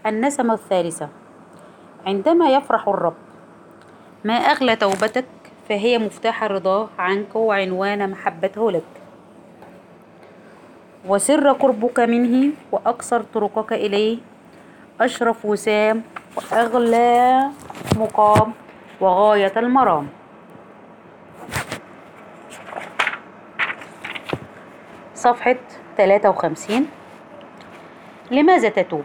النسمة الثالثة. عندما يفرح الرب، ما أغلى توبتك، فهي مفتاح رضاه عنك وعنوان محبته لك، وسر قربك منه وأقصر طرقك إليه، أشرف وسام وأغلى مقام وغاية المرام. صفحة 53. لماذا تتوب؟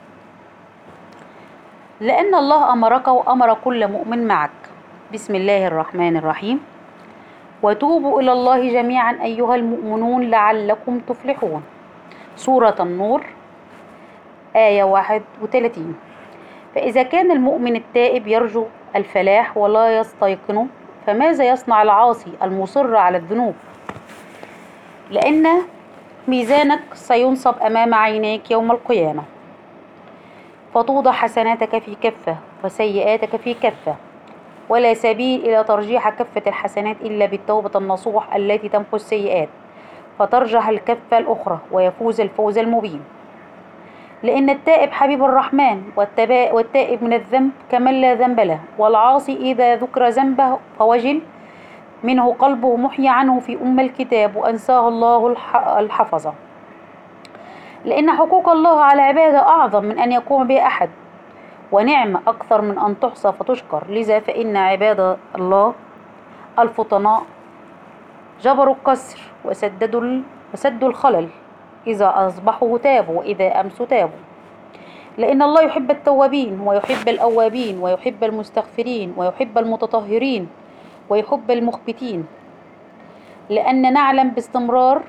لأن الله أمرك وأمر كل مؤمن معك. بسم الله الرحمن الرحيم. وتوبوا إلى الله جميعا أيها المؤمنون لعلكم تفلحون. سورة النور آية 31. فإذا كان المؤمن التائب يرجو الفلاح ولا يستيقنه، فماذا يصنع العاصي المصر على الذنوب؟ لأن ميزانك سينصب أمام عينيك يوم القيامة، فتوضع حسناتك في كفة وسيئاتك في كفة، ولا سبيل إلى ترجيح كفة الحسنات إلا بالتوبة النصوح التي تمحو السيئات، فترجح الكفة الأخرى ويفوز الفوز المبين. لأن التائب حبيب الرحمن، والتائب من الذنب كمن لا ذنب له، والعاصي إذا ذكر ذنبه فوجل منه قلبه محي عنه في الكتاب وأنساه الله الحفظة. لأن حقوق الله على عباده أعظم من أن يقوم بها أحد، ونعمة أكثر من أن تحصى فتشكر. لذا فإن عباد الله الفطناء جبروا الكسر وسدوا الخلل، إذا أصبحوا تابوا وإذا أمسوا تابوا. لأن الله يحب التوابين ويحب الأوابين ويحب المستغفرين ويحب المتطهرين ويحب المخبتين. لأن نعلم باستمرار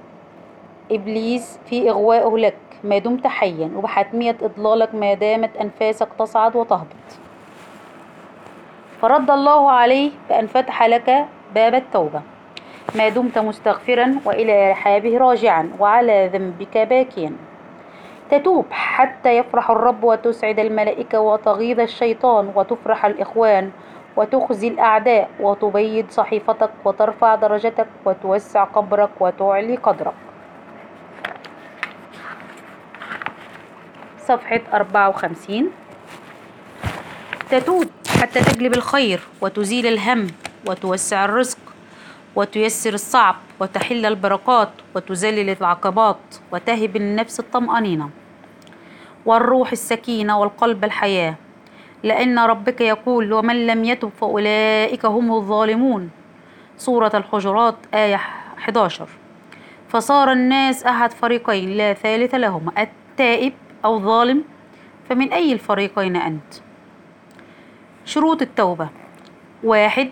إبليس في إغوائه لك ما دمت حيا، وبحتمية إضلالك ما دامت أنفاسك تصعد وتهبط. فرد الله عليه بأن فتح لك باب التوبة ما دمت مستغفرا وإلى رحابه راجعا وعلى ذنبك باكيا. تتوب حتى يفرح الرب وتسعد الملائكة وتغيظ الشيطان وتفرح الإخوان وتخزي الأعداء وتبيض صحيفتك وترفع درجتك وتوسع قبرك وتعلي قدرك. صفحة 54. تتوب حتى تجلب الخير وتزيل الهم وتوسع الرزق وتيسر الصعب وتحل البركات وتذلل العقبات وتهب النفس الطمأنينة والروح السكينة والقلب الحياة. لأن ربك يقول: ومن لم يتب فأولئك هم الظالمون. سورة الحجرات آية 11. فصار الناس أحد فريقين لا ثالث لهما، التائب أو الظالم، فمن أي الفريقين أنت؟ شروط التوبة: 1.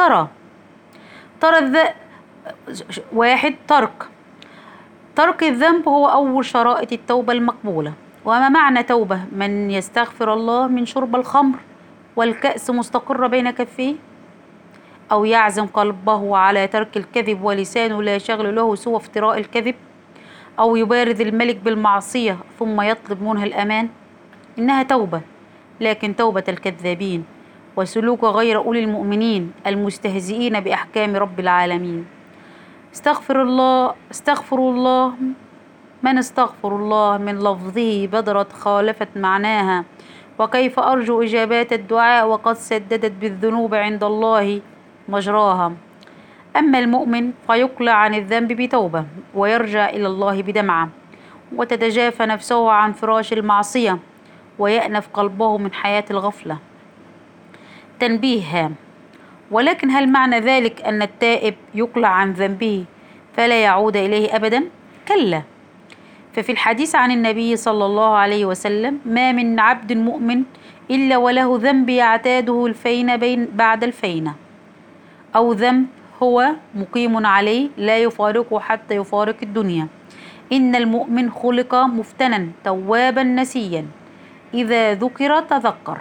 ترك الذنب هو أول شرائط التوبة المقبولة. وما معنى توبة؟ من يستغفر الله من شرب الخمر والكأس مستقر بين كفيه، أو يعزم قلبه على ترك الكذب ولسانه لا يشغل له سوى افتراء الكذب، أو يبارز الملك بالمعصية ثم يطلب منه الأمان. إنها توبة، لكن توبة الكذابين وسلوك غير أولي المؤمنين المستهزئين بأحكام رب العالمين. استغفر الله من استغفر الله من لفظه بدرت خالفت معناها، وكيف أرجو إجابات الدعاء وقد سددت بالذنوب عند الله مجراها. أما المؤمن فيقلع عن الذنب بتوبة ويرجع إلى الله بدمعة، وتتجافى نفسه عن فراش المعصية ويأنف قلبه من حياة الغفلة. تنبيه هام: ولكن هل معنى ذلك أن التائب يقلع عن ذنبه فلا يعود إليه أبدا؟ كلا. ففي الحديث عن النبي صلى الله عليه وسلم: ما من عبد مؤمن إلا وله ذنب يعتاده الفين بعد الفينة، أو ذنب هو مقيم عليه لا يفارقه حتى يفارق الدنيا. إن المؤمن خلق مفتنا توابا نسيا، إذا ذكر تذكر.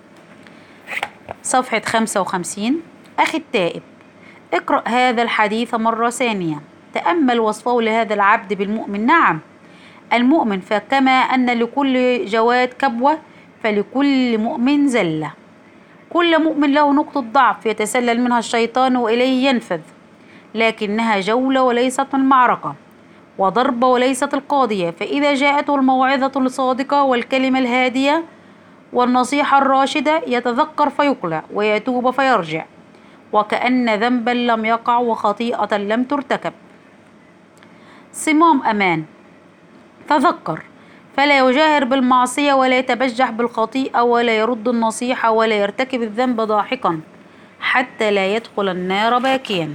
صفحة 55. أخي التائب، اقرأ هذا الحديث مرة ثانية، تأمل وصفه لهذا العبد بالمؤمن. نعم، المؤمن، فكما أن لكل جواد كبوة فلكل مؤمن زلة. كل مؤمن له نقطة ضعف يتسلل منها الشيطان وإليه ينفذ، لكنها جولة وليست المعركة. وضرب وليست القاضية. فإذا جاءته الموعظة الصادقة والكلمة الهادية والنصيحة الراشدة يتذكر فيقلع ويتوب فيرجع، وكأن ذنبا لم يقع وخطيئة لم ترتكب. صمام أمان. تذكر، فلا يجاهر بالمعصية ولا يتبجح بالخطيئة ولا يرد النصيحة ولا يرتكب الذنب ضاحكا حتى لا يدخل النار باكيا.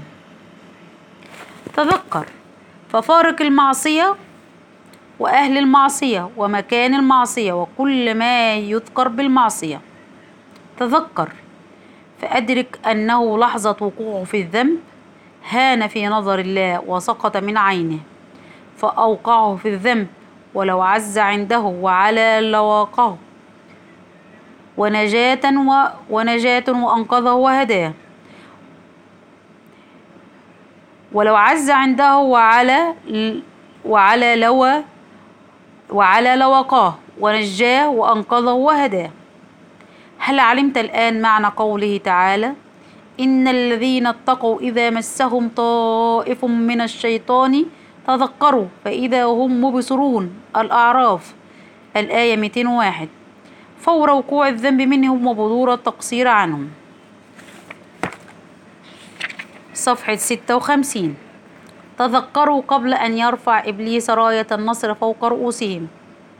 تذكر، ففارق المعصية وأهل المعصية ومكان المعصية وكل ما يذكر بالمعصية. تذكر، فأدرك أنه لحظة وقوعه في الذنب هان في نظر الله وسقط من عينه فأوقعه في الذنب، ولو عز عنده وعلى لواقه ونجاة وأنقذه وهداه. ولو عز عنده وعلى لواقاه ونجاه وأنقذه وهداه. هل علمت الآن معنى قوله تعالى: إن الذين اتقوا إذا مسهم طائف من الشيطان تذكروا فإذا هم مبصرون؟ الأعراف الآية 201. فور وقوع الذنب منهم وبدور التقصير عنهم. صفحة 56. تذكروا قبل أن يرفع إبليس راية النصر فوق رؤوسهم،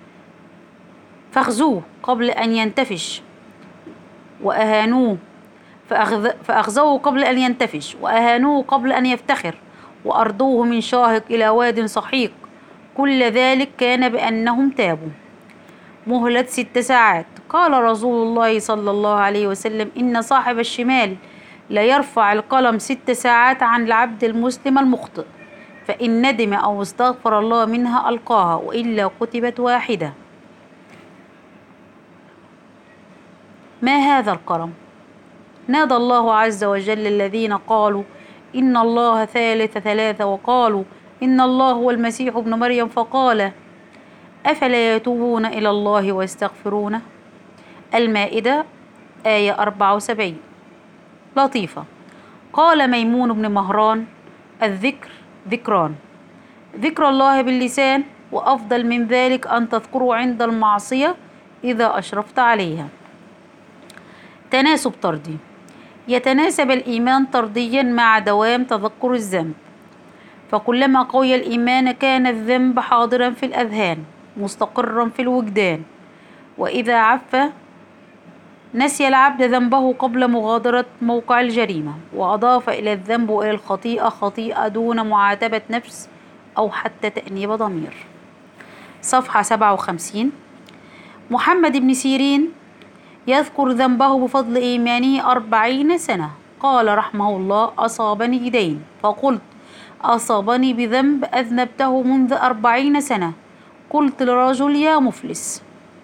فاخذوه قبل أن ينتفش وأهانوه، فأخذوه قبل أن ينتفش وأهانوه قبل أن يفتخر وأرضوه من شاهق إلى واد سحيق. كل ذلك كان بأنهم تابوا. مهلة 6 ساعات. قال رسول الله صلى الله عليه وسلم: إن صاحب الشمال لا يرفع القلم 6 ساعات عن العبد المسلم المخطئ، فإن ندم أو استغفر الله منها ألقاها وإلا كتبت واحدة. ما هذا القلم؟ نادى الله عز وجل الذين قالوا إن الله ثالث ثلاثة وقالوا إن الله هو المسيح ابن مريم، فقال: أفلا يتوبون إلى الله ويستغفرونه؟ المائدة آية 74. لطيفة. قال ميمون بن مهران: الذكر ذكران، ذكر الله باللسان، وأفضل من ذلك أن تذكره عند المعصية إذا أشرفت عليها. تناسب طردي. يتناسب الإيمان طرديا مع دوام تذكر الذنب، فكلما قوي الإيمان كان الذنب حاضرا في الأذهان مستقرا في الوجدان، وإذا عف نسي العبد ذنبه قبل مغادرة موقع الجريمة، وأضاف إلى الذنب وإلى الخطيئة خطيئة دون معاتبة نفس أو حتى تأنيب ضمير. صفحة 57. محمد بن سيرين يذكر ذنبه بفضل إيمانه 40 سنة. قال رحمه الله: أصابني دين، فقلت: أصابني بذنب أذنبته منذ 40 سنة. قلت لرجل: يا مفلس.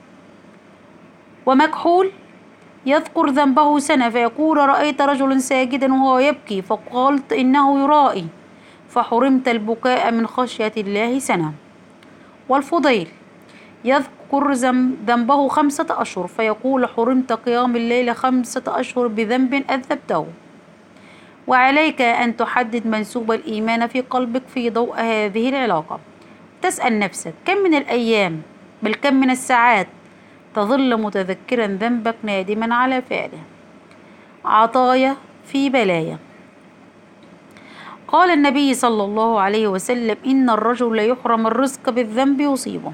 ومكحول يذكر ذنبه سنة فيقول: رأيت رجلا ساجدا وهو يبكي، فقلت: إنه يرائي، فحرمت البكاء من خشية الله سنة. والفضيل يذكر ذنبه 5 أشهر فيقول: حرمت قيام الليل 5 أشهر بذنب أذنبته. وعليك أن تحدد منسوب الإيمان في قلبك في ضوء هذه العلاقة. تسأل نفسك: كم من الأيام بل كم من الساعات تظل متذكرا ذنبك نادما على فعله؟ عطايا في بلايا. قال النبي صلى الله عليه وسلم: إن الرجل ليحرم الرزق بالذنب يصيبه.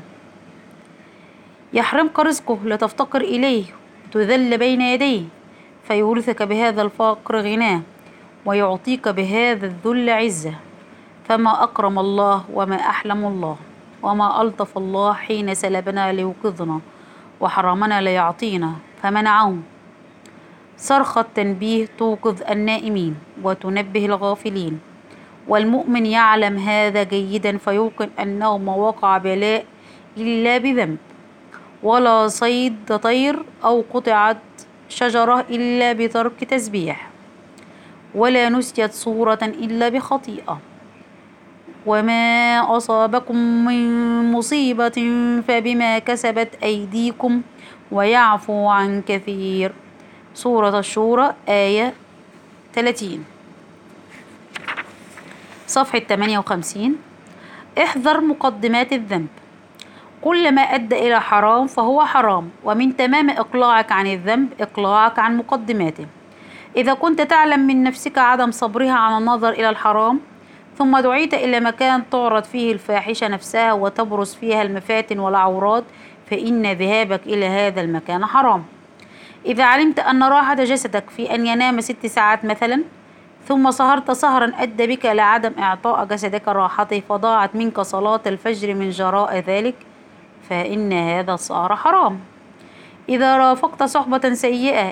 يحرمك رزقه لتفتقر إليه وتذل بين يديه، فيورثك بهذا الفقر غناه ويعطيك بهذا الذل عزة. فما أكرم الله وما أحلم الله وما ألطف الله حين سلبنا ليوقظنا وحرمنا ليعطينا فمنعه. صرخة تنبيه توقظ النائمين وتنبه الغافلين، والمؤمن يعلم هذا جيدا فيوقن أنه ما وقع بلاء إلا بذنب، ولا صيد طير أو قطعت شجرة إلا بترك تسبيح، ولا نسيت صورة إلا بخطيئة. وما أصابكم من مصيبة فبما كسبت أيديكم ويعفو عن كثير. سورة الشورى آية 30. صفحة 58. احذر مقدمات الذنب. كل ما أدى إلى حرام فهو حرام، ومن تمام إقلاعك عن الذنب إقلاعك عن مقدماته. إذا كنت تعلم من نفسك عدم صبرها عن النظر إلى الحرام، ثم دعيت إلى مكان تعرض فيه الفاحشة نفسها وتبرز فيها المفاتن والعورات، فإن ذهابك إلى هذا المكان حرام. إذا علمت أن راحة جسدك في أن ينام 6 ساعات مثلا، ثم سهرت سهرا أدى بك إلى عدم إعطاء جسدك راحته فضاعت منك صلاة الفجر من جراء ذلك، فإن هذا صار حرام. إذا رافقت صحبة سيئة،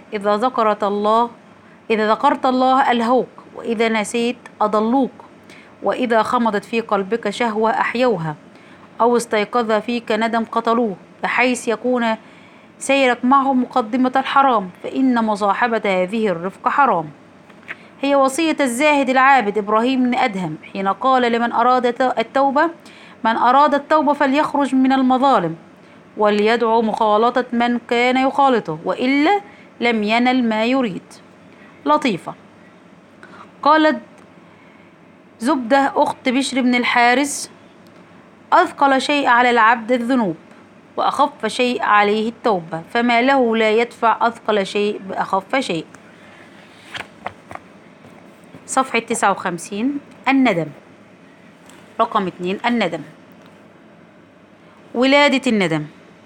إذا ذكرت الله ألهوك، وإذا نسيت أضلوك، وإذا خمضت في قلبك شهوة أحيوها، أو استيقظ فيك ندم قتلوه، بحيث يكون سيرك معه مقدمة الحرام، فإن مصاحبة هذه الرفقة حرام. هي وصية الزاهد العابد إبراهيم بن أدهم حين قال لمن أراد التوبة: من أراد التوبة فليخرج من المظالم وليدعو مخالطة من كان يخالطه، وإلا لم ينل ما يريد. لطيفة. قالت زبدة أخت بشر بن الحارث: أثقل شيء على العبد الذنوب، وأخف شيء عليه التوبة، فما له لا يدفع أثقل شيء بأخف شيء. صفحة 59. الندم. رقم 2: الندم. ولادة الندم.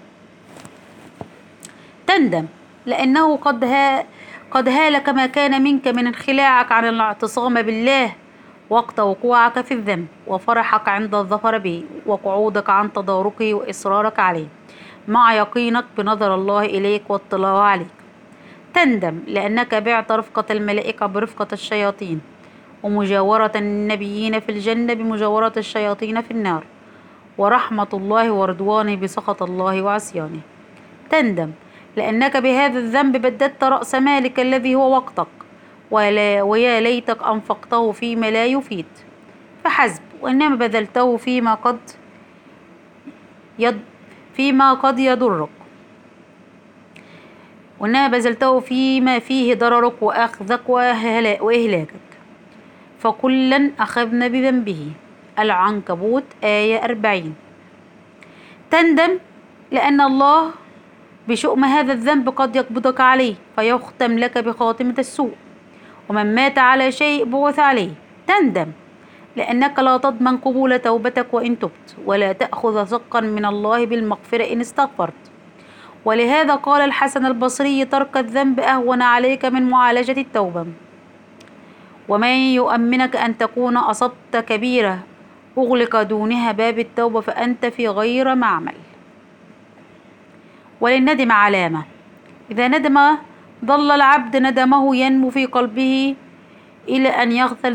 تندم لأنه قد هالك ما كان منك من انخلاعك عن الاعتصام بالله وقت وقوعك في الذنب، وفرحك عند الظفر به، وقعودك عن تداركه وإصرارك عليه، مع يقينك بنظر الله إليك واطلاعه عليك. تندم لأنك بعت رفقة الملائكة برفقة الشياطين، ومجاورة النبيين في الجنة بمجاورة الشياطين في النار، ورحمة الله ورضوانه بسخط الله وعصيانه. تندم لأنك بهذا الذنب بددت رأس مالك الذي هو وقتك، ويا ليتك أنفقته فيما لا يفيد فحسب، وإنما بذلته فيما قد يضرك، وإنما بذلته فيما فيه ضررك وأخذك وإهلاكك. فكلا أخذنا بذنبه. العنكبوت آية 40. تندم لأن الله بشؤم هذا الذنب قد يقبضك عليه فيختم لك بخاتمة السوء، ومن مات على شيء بعث عليه. تندم لأنك لا تضمن قبول توبتك وإن تبت، ولا تأخذ ثقا من الله بالمغفرة إن استغفرت. ولهذا قال الحسن البصري: ترك الذنب أهون عليك من معالجة التوبة. ومن يؤمنك أن تكون أصبت كبيرة أغلق دونها باب التوبة فأنت في غير معمل. وللندم علامة: إذا ندم ظل العبد ندمه ينمو في قلبه إلى أن يغسل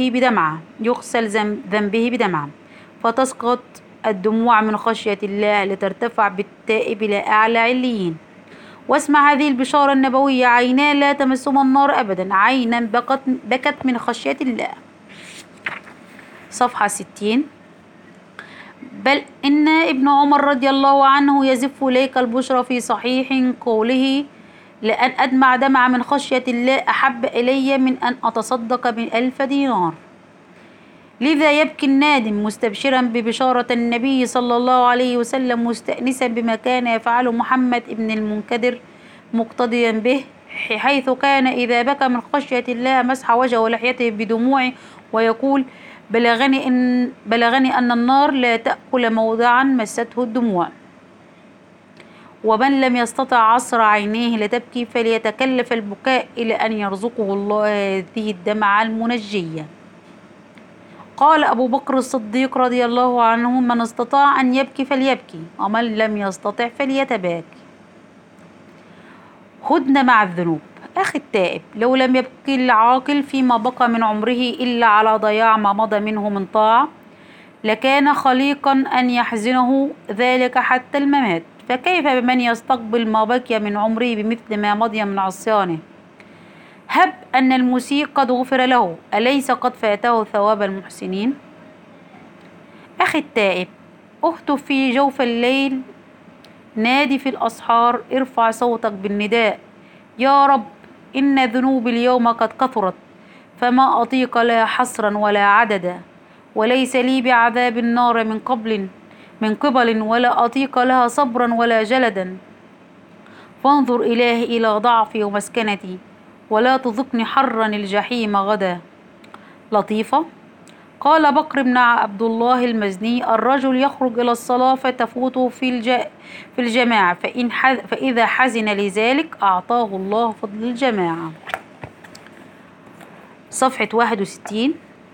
ذنبه بدمعة، فتسقط الدموع من خشية الله لترتفع بالتائب إلى أعلى عليين. واسمع هذه البشارة النبوية: عينان لا تمسهما النار أبدا، عينا بكت من خشية الله. صفحة 60. بل إن ابن عمر رضي الله عنه يزف إليك البشرى في صحيح قوله: لأن أدمع دمع من خشية الله أحب إلي من أن أتصدق ب1000 دينار. لذا يبكي النادم مستبشرا ببشارة النبي صلى الله عليه وسلم، مستأنسا بما كان يفعله محمد ابن المنكدر، مقتديا به، حيث كان إذا بكى من خشية الله مسح وجهه ولحيته بدموعه ويقول: بلغني أن النار لا تأكل موضعا مسته الدموع. ومن لم يستطع عصر عينيه لتبكي فليتكلف البكاء إلى أن يرزقه الله هذه الدمعة المنجية. قال أبو بكر الصديق رضي الله عنه: من استطاع أن يبكي فليبكي، ومن لم يستطع فليتباكي. هدنة مع الذنوب. أخي التائب، لو لم يبكي العاقل فيما بقى من عمره إلا على ضياع ما مضى منه من طاعة، لكان خليقا أن يحزنه ذلك حتى الممات، فكيف بمن يستقبل ما بقي من عمره بمثل ما مضي من عصيانه؟ هب أن المسيء قد غفر له، أليس قد فاته ثواب المحسنين؟ أخي التائب، اهتف في جوف الليل، نادي في الأسحار، ارفع صوتك بالنداء: يا رب، إن ذنوبي اليوم قد كثرت، فما أطيق لها حصرا ولا عددا، وليس لي بعذاب النار من قبل ولا أطيق لها صبرا ولا جلدا، فانظر إلهي إلى ضعفي ومسكنتي، ولا تذقني حرا الجحيم غدا. لطيفة. قال بكر بن عبد الله المزني: الرجل يخرج إلى الصلاة فتفوته في الجماعة، فإذا حزن لذلك أعطاه الله فضل الجماعة. صفحة 61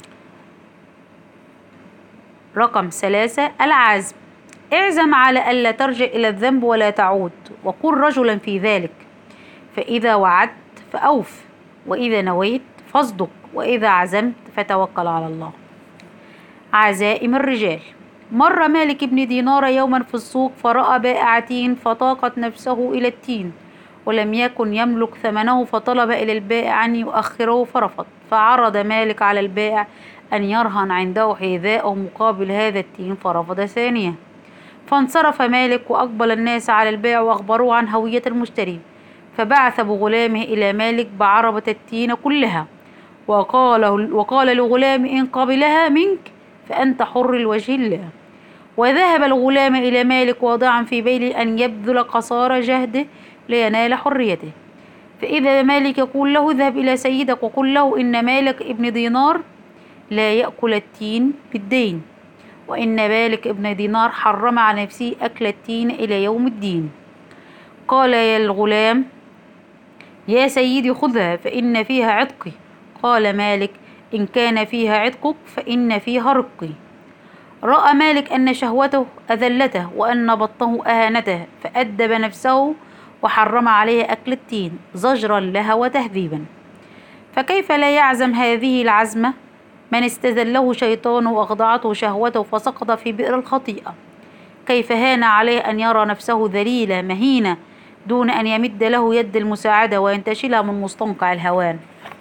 رقم 3. العزم. اعزم على ألا ترجع إلى الذنب ولا تعود، وكن رجلا في ذلك، فإذا وعدت فأوف، وإذا نويت فاصدق، وإذا عزمت فتوكل على الله. عزائم الرجال. مر مالك بن دينار يوما في السوق فرأى بائع تين، فطاقت نفسه إلى التين ولم يكن يملك ثمنه، فطلب إلى البائع أن يؤخره فرفض، فعرض مالك على البائع أن يرهن عنده حذاءه مقابل هذا التين، فرفض ثانية. فانصرف مالك وأقبل الناس على البائع وأخبروه عن هوية المشتري، فبعث بغلامه إلى مالك بعربة التين كلها، وقال لغلام: إن قبلها منك فأنت حر لوجه الله. وذهب الغلام إلى مالك واضعا في باله أن يبذل قصارى جهده لينال حريته، فإذا مالك يقول له: اذهب إلى سيدك وقل له إن مالك ابن دينار لا يأكل التين بالدين، وإن مالك ابن دينار حرم على نفسه أكل التين إلى يوم الدين. قال يا الغلام: يا سيدي خذها فإن فيها عتقي. قال مالك: إن كان فيها عتقك فإن فيها رقي. رأى مالك أن شهوته أذلته وأن بطنه أهانته، فأدب نفسه وحرم عليه أكل التين زجرا لها وتهذيبا. فكيف لا يعزم هذه العزمة من استذله شيطانه وأخضعته شهوته فسقط في بئر الخطيئة؟ كيف هان عليه أن يرى نفسه ذليلة مهينة دون أن يمد له يد المساعدة وينتشلها من مستنقع الهوان.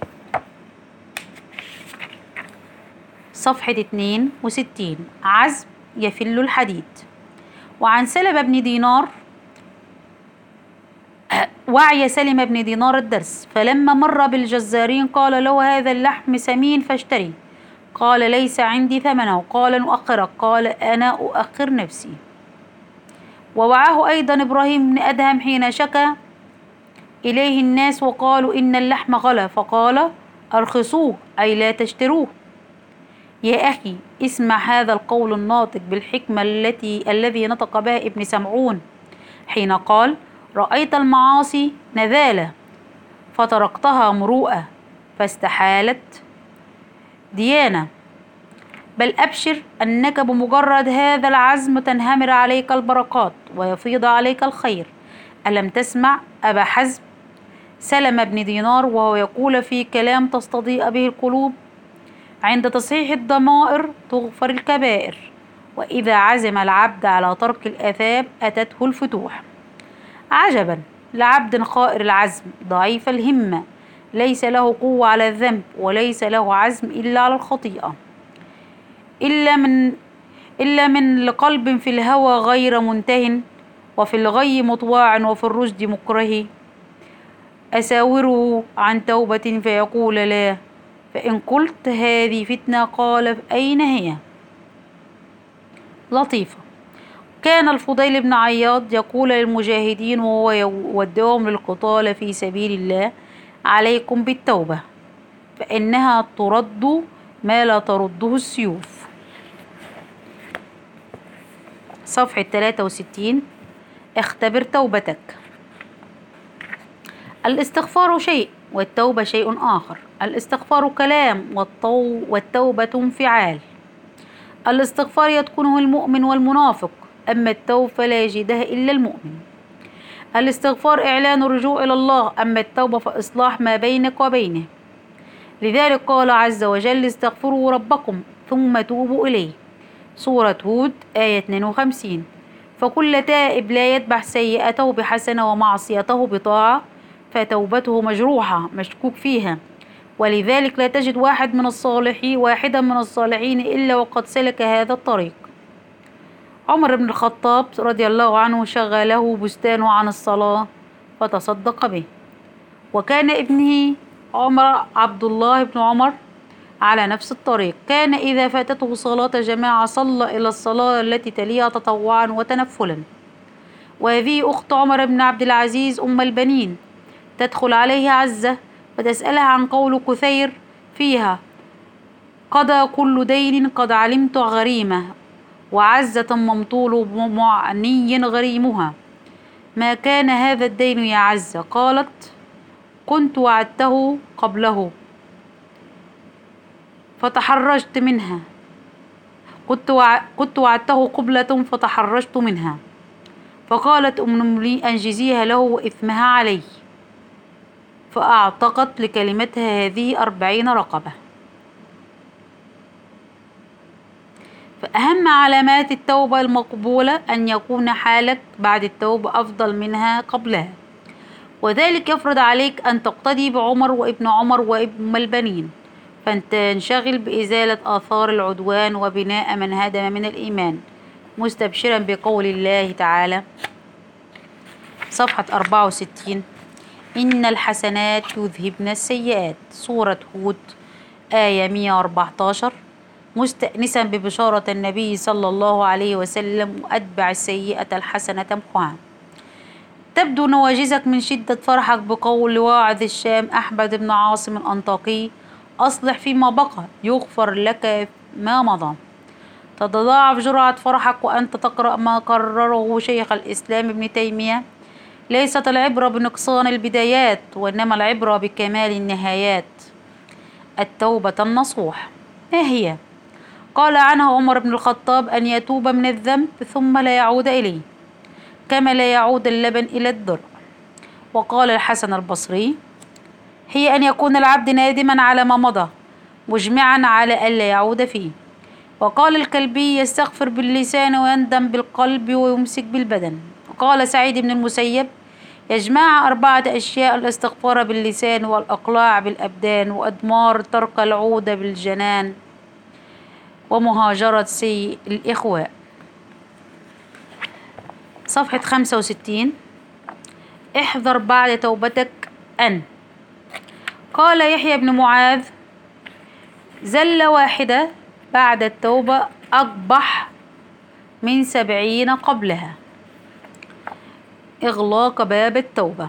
صفحة 62. عزم يفل الحديد. وعن سلم بن دينار وعي سلم بن دينار الدرس، فلما مر بالجزارين قال له: هذا اللحم سمين فاشتري. قال: ليس عندي ثمنه. قال: نؤخرك. قال: أنا أؤخر نفسي. ووعاه أيضا إبراهيم بن أدهم حين شكى إليه الناس وقالوا إن اللحم غلا، فقال: أرخصوه أي لا تشتروه. يا أخي اسمع هذا القول الناطق بالحكمة الذي نطق بها ابن سمعون حين قال: رأيت المعاصي نذالة فتركتها مروءة فاستحالت ديانة، بل أبشر أنك بمجرد هذا العزم تنهمر عليك البركات ويفيض عليك الخير. ألم تسمع أبا حزم سلم بن دينار وهو يقول في كلام تستضيء به القلوب: عند تصحيح الضمائر تغفر الكبائر، وإذا عزم العبد على ترك الآثام أتته الفتوح. عجبا لعبد خائر العزم ضعيف الهمة، ليس له قوة على الذنب وليس له عزم إلا على الخطيئة، إلا من لقلب في الهوى غير منتهٍ، وفي الغي مطواع، وفي الرشد مكره. أساوره عن توبة فيقول لا، فإن قلت هذه فتنة قال أين هي؟ لطيفة. كان الفضيل بن عياض يقول للمجاهدين وهو يودهم للقتال في سبيل الله: عليكم بالتوبة فإنها ترد ما لا ترده السيوف. صفحة 63. اختبر توبتك. الاستغفار شيء والتوبة شيء آخر. الاستغفار كلام والتوبة انفعال. الاستغفار يتقنه المؤمن والمنافق، أما التوبة فلا يجدها إلا المؤمن. الاستغفار إعلان الرجوع إلى الله، أما التوبة فإصلاح ما بينك وبينه. لذلك قال عز وجل: استغفروا ربكم ثم توبوا إليه. سورة هود آية 52. فكل تائب لا يتبع سيئته بحسنة ومعصيته بطاعة فتوبته مجروحة مشكوك فيها، ولذلك لا تجد واحدا من الصالحين إلا وقد سلك هذا الطريق. عمر بن الخطاب رضي الله عنه شغله بستانه عن الصلاة فتصدق به، وكان ابنه عبد الله بن عمر على نفس الطريق. كان إذا فاتته صلاة جماعة صلى إلى الصلاة التي تليها تطوعا وتنفلا. وهذه أخت عمر بن عبد العزيز أم البنين تدخل عليه عزة فتسألها عن قول كثير فيها: قضى كل دين قد علمت غريمة، وعزة ممطول معني غريمها، ما كان هذا الدين يا عزة؟ قالت: كنت وعدته قبله فتحرجت منها، كنت وعدته قبلة فتحرجت منها. فقالت أم لي: أنجزيها له وإثمها علي. فأعتقت لكلمتها هذه 40 رقبة. فأهم علامات التوبة المقبولة أن يكون حالك بعد التوبة أفضل منها قبلها، وذلك يفرض عليك أن تقتدي بعمر وابن عمر وابن البنين، فتنشغل بإزالة آثار العدوان وبناء من هدم من الإيمان، مستبشرا بقول الله تعالى صفحة 64: إن الحسنات يذهبن السيئات، سورة هود آية 114، مستأنسا ببشارة النبي صلى الله عليه وسلم: وأتبع السيئة الحسنة تمحها. تبدو نواجذك من شدة فرحك بقول واعظ الشام أحمد بن عاصم الأنطاكي: أصلح فيما بقى يغفر لك ما مضى. تتضاعف جرعة فرحك وأنت تقرأ ما قرره شيخ الإسلام ابن تيمية: ليست العبرة بنقصان البدايات، وإنما العبرة بكمال النهايات. التوبة النصوح ما هي؟ قال عنها عمر بن الخطاب: أن يتوب من الذنب ثم لا يعود إليه، كما لا يعود اللبن إلى الدر. وقال الحسن البصري: هي أن يكون العبد نادما على ما مضى مجمعا على ألا يعود فيه. وقال الكلبي: يستغفر باللسان ويندم بالقلب ويمسك بالبدن. وقال سعيد بن المسيب: يجمع 4 أشياء: الاستغفار باللسان، والإقلاع بالأبدان، وإضمار ترك العود بالجنان، ومهاجرة سيء الإخواء. صفحة 65: احذر بعد توبتك أن قال يحيى بن معاذ: زلة واحدة بعد التوبة أقبح من 70 قبلها. إغلاق باب التوبة: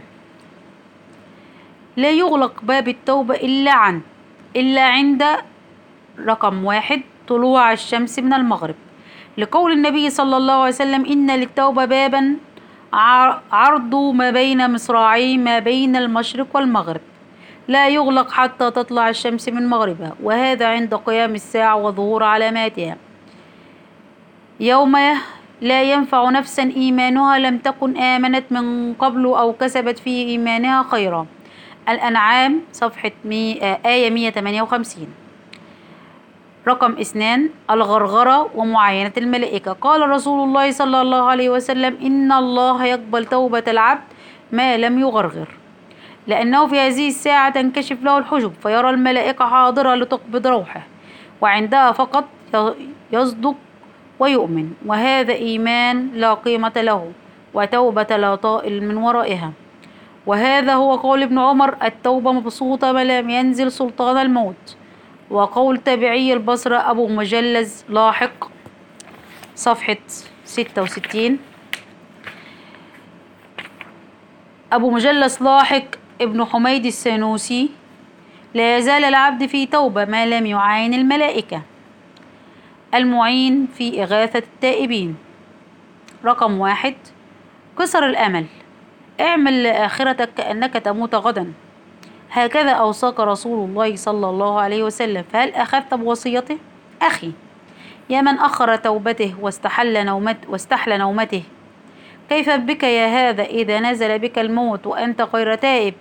لا يغلق باب التوبة إلا عند رقم 1: طلوع الشمس من المغرب، لقول النبي صلى الله عليه وسلم: إن للتوبة بابا عرض ما بين مصراعي ما بين المشرق والمغرب، لا يغلق حتى تطلع الشمس من مغربها، وهذا عند قيام الساعة وظهور علاماتها، يوم لا ينفع نفسا إيمانها لم تكن آمنت من قبل أو كسبت في إيمانها خيرا. الأنعام صفحة آية 158. رقم 2: الغرغرة ومعاينة الملائكة. قال رسول الله صلى الله عليه وسلم: إن الله يقبل توبة العبد ما لم يغرغر، لأنه في هذه الساعة تنكشف له الحجب فيرى الملائكة حاضرة لتقبض روحه، وعندها فقط يصدق ويؤمن، وهذا إيمان لا قيمة له، وتوبة لا طائل من ورائها. وهذا هو قول ابن عمر: التوبة مبسوطة ما لم ينزل سلطان الموت. وقول تابعي البصرة أبو مجلز لاحق صفحة 66: أبو مجلس لاحق ابن حميد السنوسي: لا يزال العبد في توبة ما لم يعاين الملائكة. المعين في إغاثة التائبين. رقم 1: قصر الأمل، اعمل لآخرتك كأنك تموت غدا، هكذا أوصاك رسول الله صلى الله عليه وسلم، فهل أخذت بوصيته؟ أخي، يا من أخر توبته واستحل نومته، كيف بك يا هذا إذا نزل بك الموت وأنت غير تائب؟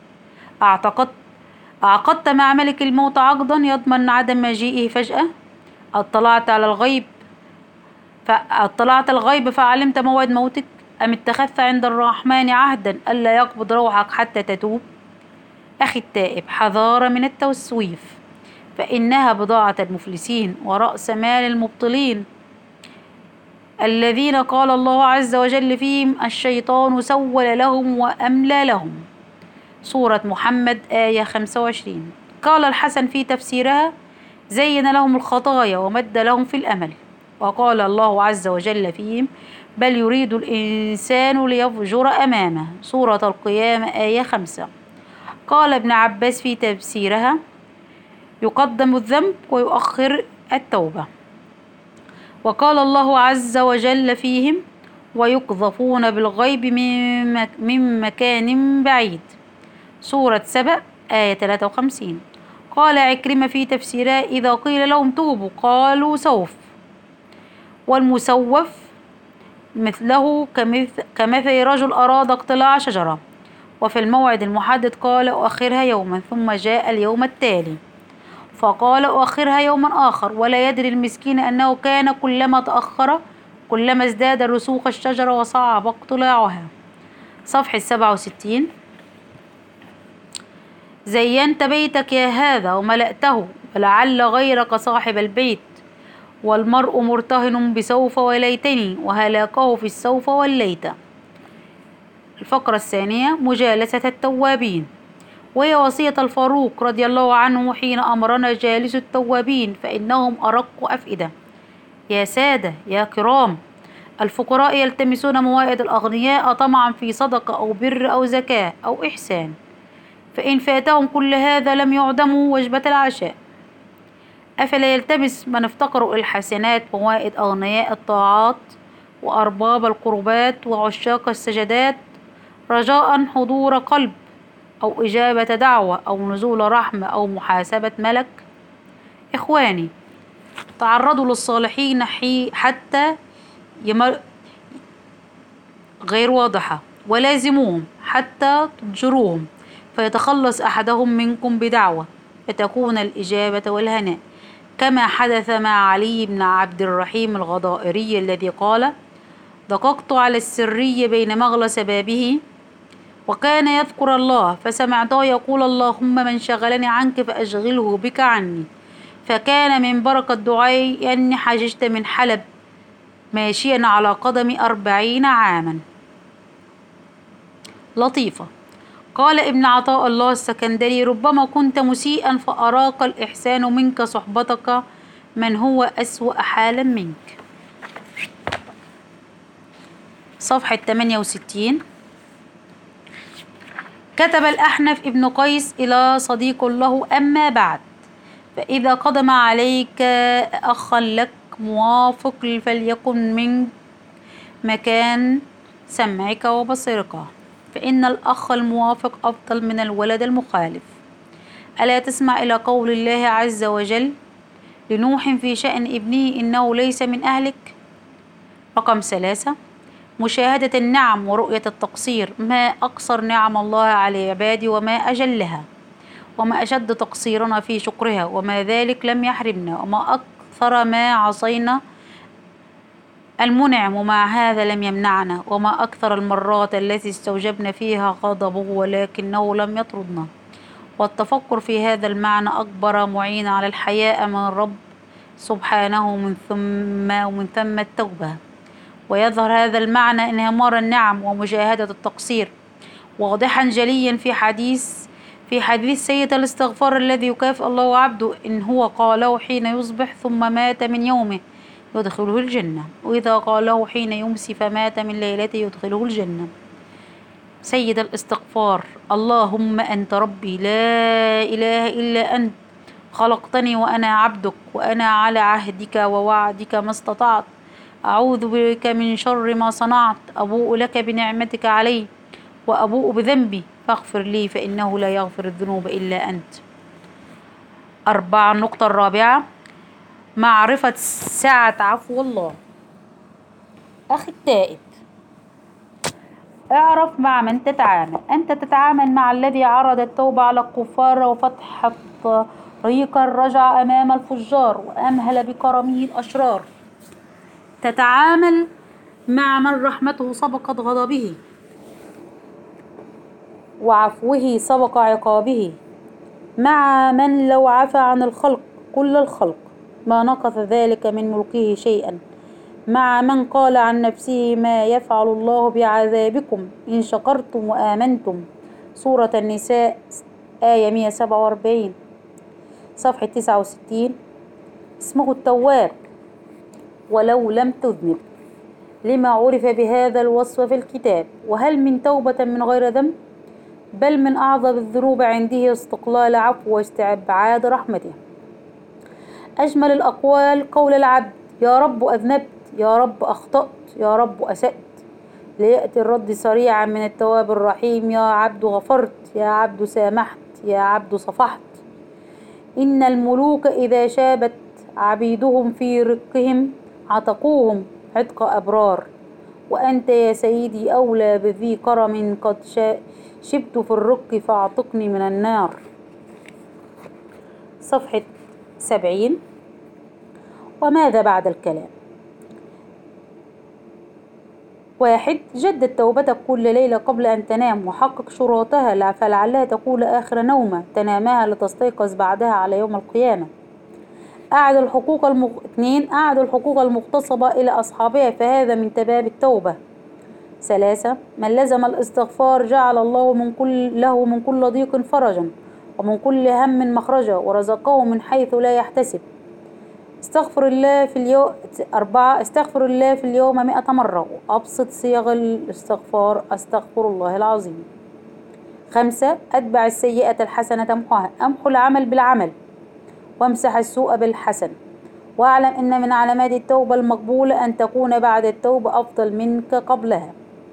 أعقدت مع ملك الموت عقدا يضمن عدم مجيئه فجأة؟ اطلعت الغيب فعلمت موعد موتك؟ أم اتخذت عند الرحمن عهدا ألا يقبض روحك حتى تتوب؟ أخي التائب، حذار من التسويف، فإنها بضاعة المفلسين ورأس مال المبطلين، الذين قال الله عز وجل فيهم: الشيطان سول لهم وأملى لهم. سورة محمد آية 25. قال الحسن في تفسيرها: زين لهم الخطايا ومد لهم في الأمل. وقال الله عز وجل فيهم: بل يريد الإنسان ليفجر أمامه. سورة القيامة آية 5. قال ابن عباس في تفسيرها: يقدم الذنب ويؤخر التوبة. وقال الله عز وجل فيهم: ويقذفون بالغيب من مكان بعيد. سورة سبأ آية 53. قال عكرمة في تفسيره: إذا قيل لهم توبوا قالوا سوف. والمسوف مثله كمثل رجل أراد اقتلاع شجرة، وفي الموعد المحدد قال أؤخرها يوما، ثم جاء اليوم التالي فقال أؤخرها يوما آخر، ولا يدري المسكين أنه كان كلما تأخر كلما ازداد رسوخ الشجرة وصعب اقتلاعها. صفحة 67. زينت بيتك يا هذا وملأته، ولعل غيرك صاحب البيت، والمرء مرتهن بسوف وليتني، وهلاكه في السوف والليت. الفقرة الثانية: مجالسة التوابين، وهي وصية الفاروق رضي الله عنه حين أمرنا جالس التوابين فإنهم أرق أفئدة. يا سادة يا كرام، الفقراء يلتمسون موائد الأغنياء طمعا في صدقة أو بر أو زكاة أو إحسان، فإن فاتهم كل هذا لم يعدموا وجبة العشاء. أفلا يلتمس من افتقروا الحسنات موائد أغنياء الطاعات وأرباب القربات وعشاق السجدات، رجاء حضور قلب أو إجابة دعوة أو نزول رحمة أو محاسبة ملك؟ إخواني، تعرضوا للصالحين حتى غير واضحة، ولازموهم حتى تضجروهم، فيتخلص أحدهم منكم بدعوة فتكون الإجابة والهناء، كما حدث مع علي بن عبد الرحيم الغضائري الذي قال: دققت على السري بين مغلس بابه وكان يذكر الله، فسمعته يقول: اللهم من شغلني عنك فأشغله بك عني، فكان من بركة دعائي أني حججت من حلب ماشيا على قدمي 40 عاما. لطيفة. قال ابن عطاء الله السكندري: ربما كنت مسيئا فأراك الإحسان منك صحبتك من هو أسوأ حالا منك. صفحة 68. كتب الأحنف ابن قيس إلى صديق له: أما بعد، فإذا قدم عليك أخا لك موافق فليكن من مكان سمعك وبصرك، فإن الأخ الموافق أفضل من الولد المخالف. ألا تسمع إلى قول الله عز وجل لنوح في شأن ابنه: إنه ليس من أهلك. رقم 3: مشاهدة النعم ورؤية التقصير. ما أقصر نعم الله على عبادي وما أجلها، وما أشد تقصيرنا في شكرها، وما ذلك لم يحرمنا، وما أكثر ما عصينا المنعم ومع هذا لم يمنعنا، وما أكثر المرات التي استوجبنا فيها غضبه ولكنه لم يطردنا. والتفكر في هذا المعنى أكبر معين على الحياء من الرب سبحانه ومن ثم التوبة. ويظهر هذا المعنى انهمار النعم ومشاهدة التقصير واضحا جليا في حديث سيد الاستغفار الذي يكافئ الله عبده إن هو قاله حين يصبح ثم مات من يومه يدخله الجنة، وإذا قاله حين يمسي فمات من ليلته يدخله الجنة. سيد الاستغفار: اللهم أنت ربي لا إله إلا أنت، خلقتني وأنا عبدك، وأنا على عهدك ووعدك ما استطعت، أعوذ بك من شر ما صنعت، أبوء لك بنعمتك علي وأبوء بذنبي فاغفر لي فإنه لا يغفر الذنوب إلا أنت. 4. النقطة الرابعة: معرفة سعة عفو الله. أخي التائب، اعرف مع من تتعامل. أنت تتعامل مع الذي عرض التوبة على الكفار وفتح طريق الرجع أمام الفجار وأمهل بكرمه الأشرار. تتعامل مع من رحمته سبقت غضبه وعفوه سبق عقابه، مع من لو عفى عن الخلق كل الخلق ما نقص ذلك من ملكه شيئا، مع من قال عن نفسه ما يفعل الله بعذابكم إن شكرتم وآمنتم. سورة النساء آية 147. صفحة 69. اسمه التواب ولو لم تذنب، لما عرف بهذا الوصف في الكتاب. وهل من توبة من غير ذنب؟ بل من أعظم الذنوب عنده استقلال عفو واستبعاد رحمته. أجمل الأقوال قول العبد: يا رب أذنبت، يا رب أخطأت، يا رب أسأت. ليأتي الرد سريعا من التواب الرحيم: يا عبد غفرت، يا عبد سامحت، يا عبد صفحت. إن الملوك إذا شابت عبيدهم في رقهم عتقوهم عتق أبرار. وأنت يا سيدي أولى بذي كرم، قد شبت في الرق فاعتقني من النار. صفحة 70. وماذا بعد الكلام؟ 1. جدد توبتك كل ليلة قبل أن تنام وحقق شروطها، فلعلها تكون آخر نومة تنامها لتستيقظ بعدها على يوم القيامة. 2. أعد الحقوق المغتصبة إلى أصحابها، فهذا من تباب التوبة. 3. من لزم الاستغفار جعل الله له من كل ضيق فرجا ومن كل هم مخرجا ورزقه من حيث لا يحتسب. استغفر الله في اليوم 4. استغفر الله في اليوم 100 مرة، وأبسط صيغ الاستغفار: أستغفر الله العظيم. 5. أتبع السيئة الحسنة تمحها، أمحو العمل بالعمل وامسح السوء بالحسن. واعلم أن من علامات التوبة المقبولة أن تكون بعد التوبة أفضل منك قبلها.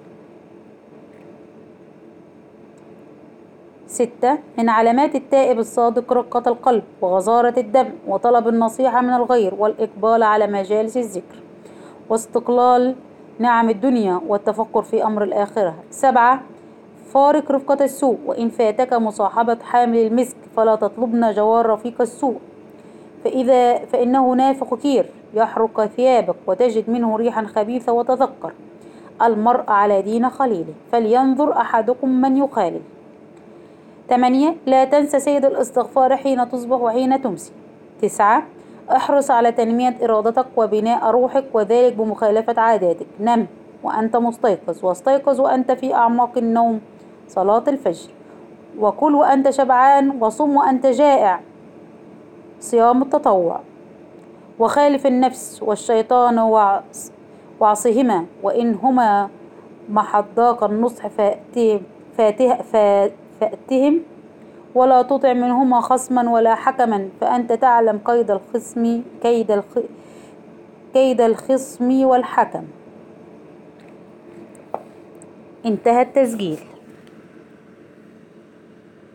6. من علامات التائب الصادق رقة القلب وغزارة الدم وطلب النصيحة من الغير والإقبال على مجالس الذكر واستقلال نعم الدنيا والتفكر في أمر الآخرة. 7. فارق رفقة السوء، وإن فاتك مصاحبة حامل المسك فلا تطلبن جوار رفيق السوء، فإنه نافخ كير يحرق ثيابك وتجد منه ريحا خبيثة. وتذكر المرء على دين خليله، فلينظر أحدكم من يخالل. 8. لا تنسى سيد الاستغفار حين تصبح وحين تمسي. 9. احرص على تنمية إرادتك وبناء روحك، وذلك بمخالفة عاداتك. نم وأنت مستيقظ، واستيقظ وأنت في أعماق النوم صلاة الفجر، وكل وأنت شبعان، وصم وأنت جائع صيام التطوع. وخالف النفس والشيطان وعصهما، وإن هما محضاك النصح فأتهم، ولا تطع منهما خصما ولا حكما، فأنت تعلم كيد الخصم والحكم. انتهى التسجيل.